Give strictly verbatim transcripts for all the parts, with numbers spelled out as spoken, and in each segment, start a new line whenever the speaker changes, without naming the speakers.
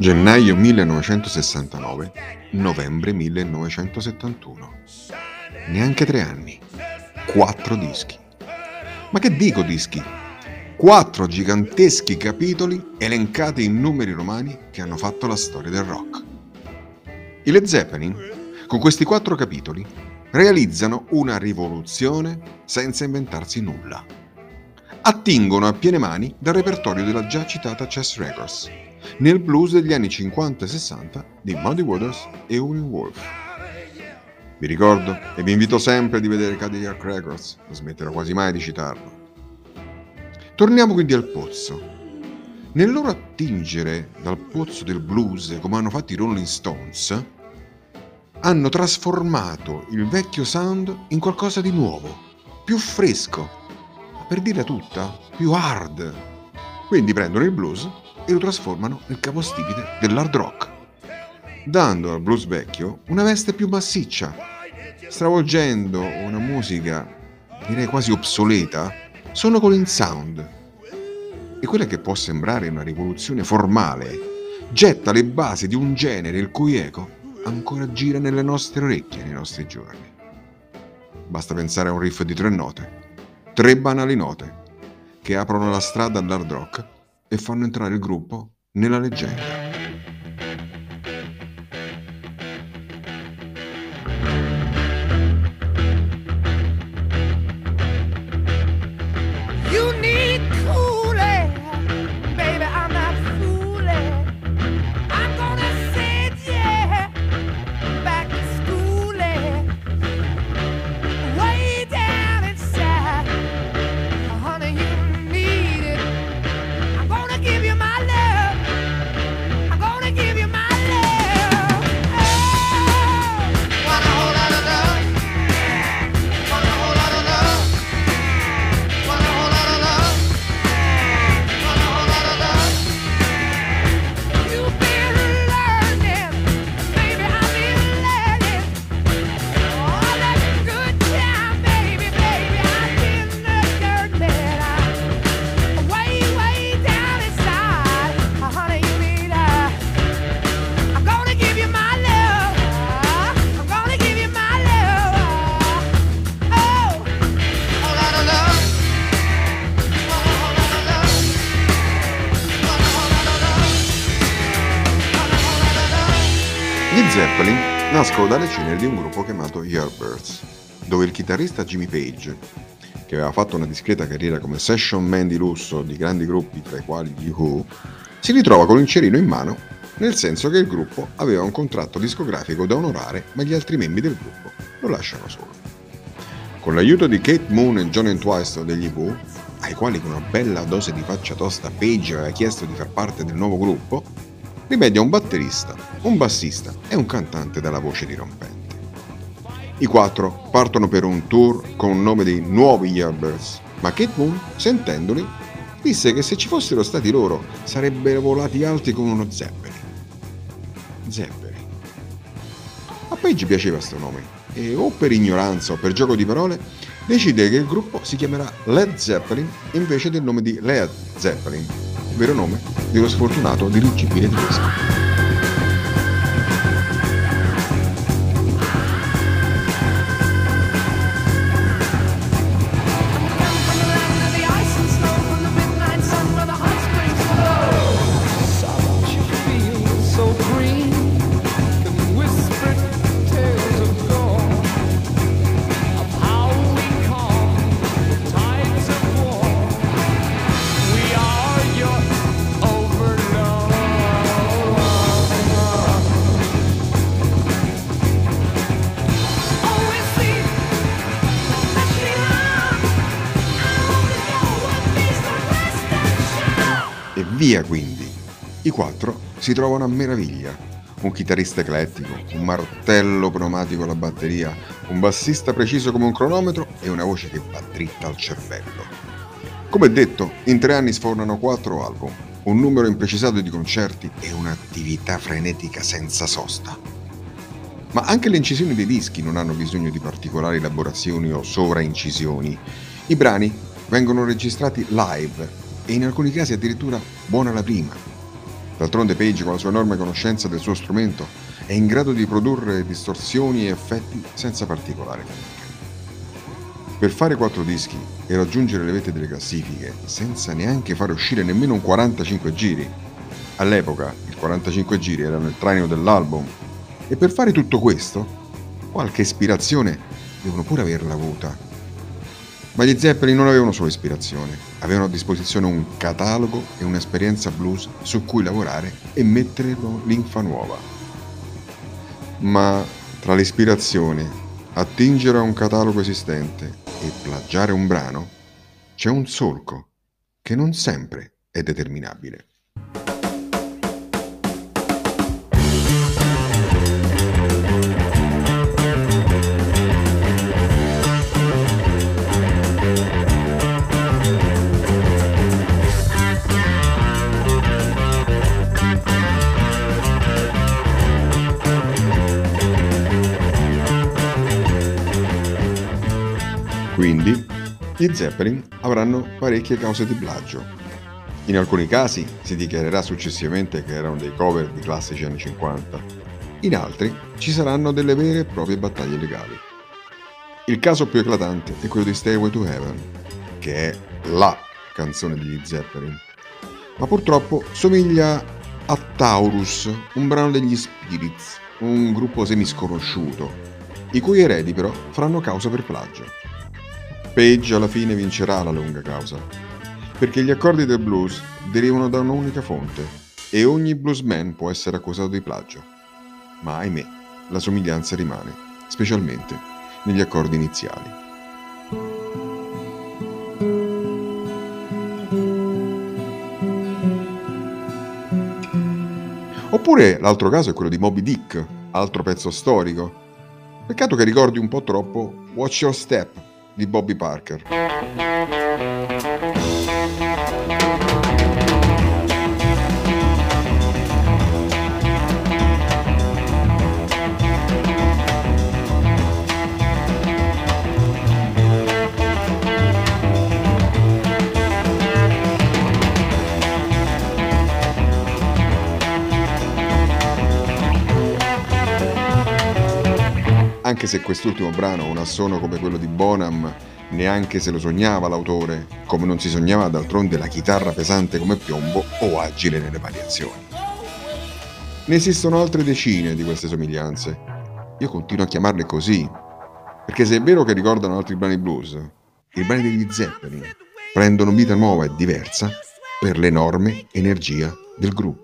Gennaio millenovecentosessantanove, novembre millenovecentosettantuno. Neanche tre anni. Quattro dischi. Ma che dico dischi? Quattro giganteschi capitoli elencati in numeri romani che hanno fatto la storia del rock. I Led Zeppelin, con questi quattro capitoli, realizzano una rivoluzione senza inventarsi nulla. Attingono a piene mani dal repertorio della già citata Chess Records, nel blues degli anni cinquanta e sessanta di Muddy Waters e Howlin' Wolf. Vi ricordo e vi invito sempre di vedere Cadillac Records, non smetterò quasi mai di citarlo. Torniamo quindi al pozzo. Nel loro attingere dal pozzo del blues, come hanno fatto i Rolling Stones, hanno trasformato il vecchio sound in qualcosa di nuovo, più fresco, per dirla tutta, più hard. Quindi prendono il blues e lo trasformano nel capostipite dell'hard rock, dando al blues vecchio una veste più massiccia, stravolgendo una musica, direi quasi obsoleta, solo con il sound. E quella che può sembrare una rivoluzione formale getta le basi di un genere il cui eco ancora gira nelle nostre orecchie nei nostri giorni. Basta pensare a un riff di tre note, tre banali note, che aprono la strada all'hard rock e fanno entrare il gruppo nella leggenda. Gli Zeppelin nascono dalle ceneri di un gruppo chiamato Yardbirds, dove il chitarrista Jimmy Page, che aveva fatto una discreta carriera come session man di lusso di grandi gruppi tra i quali gli Who, si ritrova con il cerino in mano, nel senso che il gruppo aveva un contratto discografico da onorare, ma gli altri membri del gruppo lo lasciano solo. Con l'aiuto di Kate Moon e John Entwistle degli Who, ai quali con una bella dose di faccia tosta Page aveva chiesto di far parte del nuovo gruppo, rimedia un batterista, un bassista e un cantante dalla voce dirompente. I quattro partono per un tour con il nome dei Nuovi Yardbirds, ma Kate Moon, sentendoli, disse che se ci fossero stati loro sarebbero volati alti come uno Zeppelin. Zeppelin. A Page piaceva sto nome e o per ignoranza o per gioco di parole decide che il gruppo si chiamerà Led Zeppelin invece del nome di Led Zeppelin, vero nome dello sfortunato dirigibile tedesco. E via quindi. I quattro si trovano a meraviglia. Un chitarrista eclettico, un martello pneumatico alla batteria, un bassista preciso come un cronometro e una voce che va dritta al cervello. Come detto, in tre anni sfornano quattro album, un numero imprecisato di concerti e un'attività frenetica senza sosta. Ma anche le incisioni dei dischi non hanno bisogno di particolari elaborazioni o sovraincisioni. I brani vengono registrati live e in alcuni casi addirittura buona la prima. D'altronde Page, con la sua enorme conoscenza del suo strumento, è in grado di produrre distorsioni e effetti senza particolare fatica. Per fare quattro dischi e raggiungere le vette delle classifiche senza neanche fare uscire nemmeno un quarantacinque giri, all'epoca il quarantacinque giri erano il traino dell'album, e per fare tutto questo, qualche ispirazione devono pure averla avuta. Ma gli Zeppelin non avevano solo ispirazione, avevano a disposizione un catalogo e un'esperienza blues su cui lavorare e mettere linfa nuova. Ma tra l'ispirazione, attingere a un catalogo esistente e plagiare un brano, c'è un solco che non sempre è determinabile. Quindi, gli Zeppelin avranno parecchie cause di plagio. In alcuni casi si dichiarerà successivamente che erano dei cover di classici anni cinquanta, in altri ci saranno delle vere e proprie battaglie legali. Il caso più eclatante è quello di Stairway to Heaven, che è la canzone degli Zeppelin, ma purtroppo somiglia a Taurus, un brano degli Spirits, un gruppo semisconosciuto, i cui eredi però faranno causa per plagio. Page alla fine vincerà la lunga causa, perché gli accordi del blues derivano da un'unica fonte e ogni bluesman può essere accusato di plagio. Ma ahimè, la somiglianza rimane, specialmente negli accordi iniziali. Oppure l'altro caso è quello di Moby Dick, altro pezzo storico. Peccato che ricordi un po' troppo Watch Your Step di Bobby Parker. Anche se quest'ultimo brano ha un assono come quello di Bonham, neanche se lo sognava l'autore, come non si sognava d'altronde la chitarra pesante come piombo o agile nelle variazioni. Ne esistono altre decine di queste somiglianze. Io continuo a chiamarle così, perché se è vero che ricordano altri brani blues, i brani degli Zeppelin prendono vita nuova e diversa per l'enorme energia del gruppo.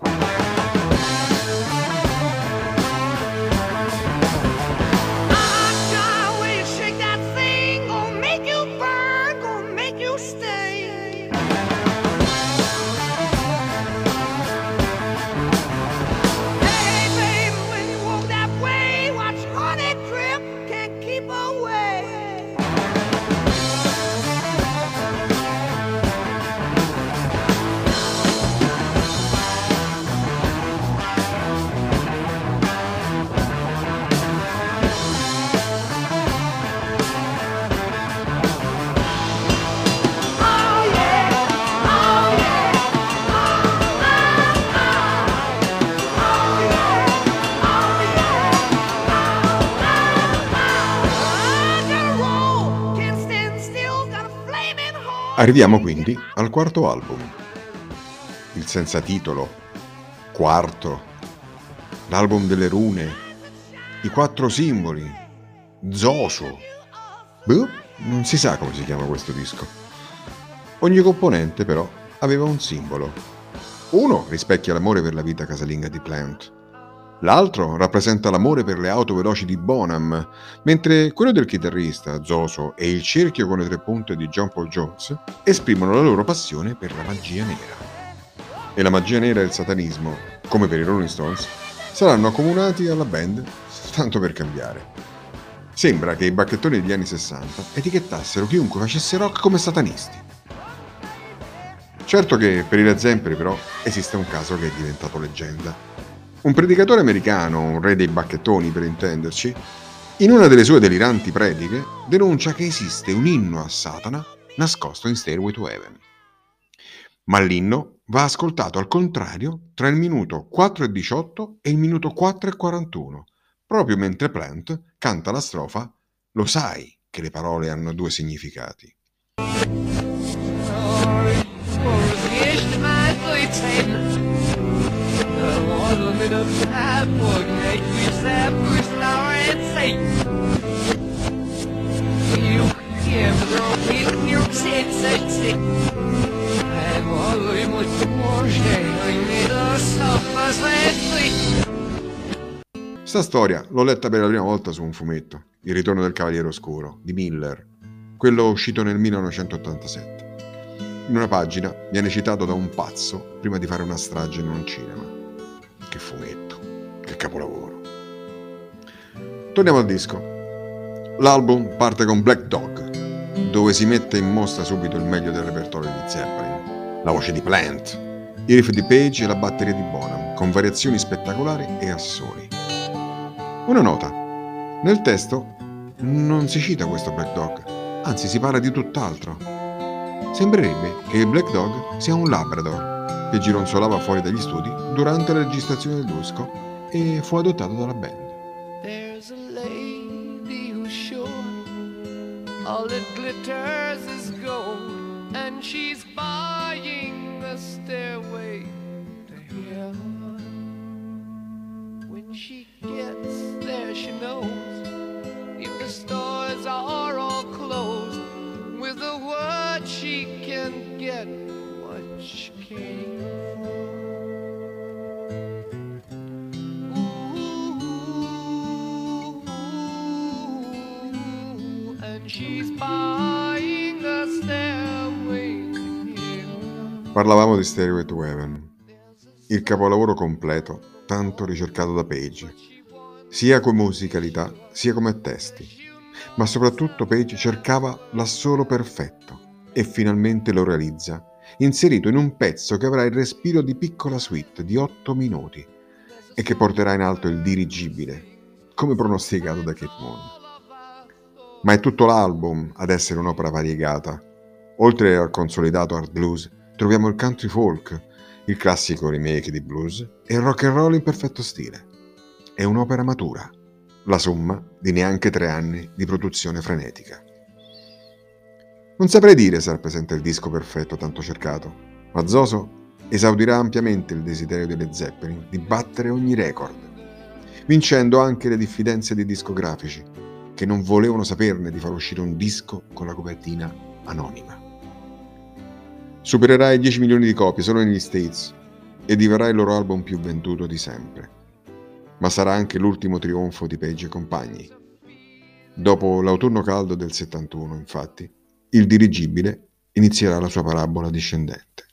Arriviamo quindi al quarto album, il senza titolo, quarto, l'album delle rune, i quattro simboli, Zoso. Boh, non si sa come si chiama questo disco. Ogni componente però aveva un simbolo. Uno rispecchia l'amore per la vita casalinga di Plant, l'altro rappresenta l'amore per le auto veloci di Bonham, mentre quello del chitarrista, Zoso, e il cerchio con le tre punte di John Paul Jones esprimono la loro passione per la magia nera. E la magia nera e il satanismo, come per i Rolling Stones, saranno accomunati alla band tanto per cambiare. Sembra che i bacchettoni degli anni sessanta etichettassero chiunque facesse rock come satanisti. Certo che per i Led Zeppelin però esiste un caso che è diventato leggenda. Un predicatore americano, un re dei bacchettoni per intenderci, in una delle sue deliranti prediche denuncia che esiste un inno a Satana nascosto in Stairway to Heaven. Ma l'inno va ascoltato al contrario tra il minuto quattro e diciotto e il minuto quattro e quarantuno, proprio mentre Plant canta la strofa "Lo sai che le parole hanno due significati". Sta storia l'ho letta per la prima volta su un fumetto, Il ritorno del Cavaliere Oscuro, di Miller, quello uscito nel millenovecentottantasette. In una pagina viene citato da un pazzo prima di fare una strage in un cinema. Che fumetto, che capolavoro. Torniamo al disco. L'album parte con Black Dog, dove si mette in mostra subito il meglio del repertorio di Zeppelin, la voce di Plant, i riff di Page e la batteria di Bonham, con variazioni spettacolari e assoli. Una nota: nel testo non si cita questo Black Dog, anzi si parla di tutt'altro. Sembrerebbe che il Black Dog sia un Labrador che gironzolava fuori dagli studi durante la registrazione del disco e fu adottato dalla band.
There's a lady who's sure all that glitters is gold, and she's buying a stairway to heaven. When she gets there, she knows if the stores are all closed, with a word she can get what she came for. Ooh, and she's buying a stairway to heaven.
Parlavamo di Stairway to Heaven, il capolavoro completo tanto ricercato da Page, sia come musicalità sia come testi, ma soprattutto Page cercava l'assolo perfetto e finalmente lo realizza, inserito in un pezzo che avrà il respiro di piccola suite di otto minuti e che porterà in alto il dirigibile, come pronosticato da Keith Moon. Ma è tutto l'album ad essere un'opera variegata. Oltre al consolidato hard blues, troviamo il country folk, il classico remake di blues e il rock and roll in perfetto stile. È un'opera matura, la somma di neanche tre anni di produzione frenetica. Non saprei dire se rappresenta il disco perfetto tanto cercato, ma Zoso esaudirà ampiamente il desiderio delle Zeppelin di battere ogni record, vincendo anche le diffidenze dei discografici, che non volevano saperne di far uscire un disco con la copertina anonima. Supererà i dieci milioni di copie solo negli States e diverrà il loro album più venduto di sempre. Ma sarà anche l'ultimo trionfo di Page e compagni. Dopo l'autunno caldo del settantuno, infatti, il dirigibile inizierà la sua parabola discendente.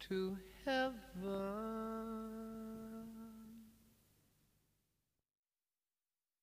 to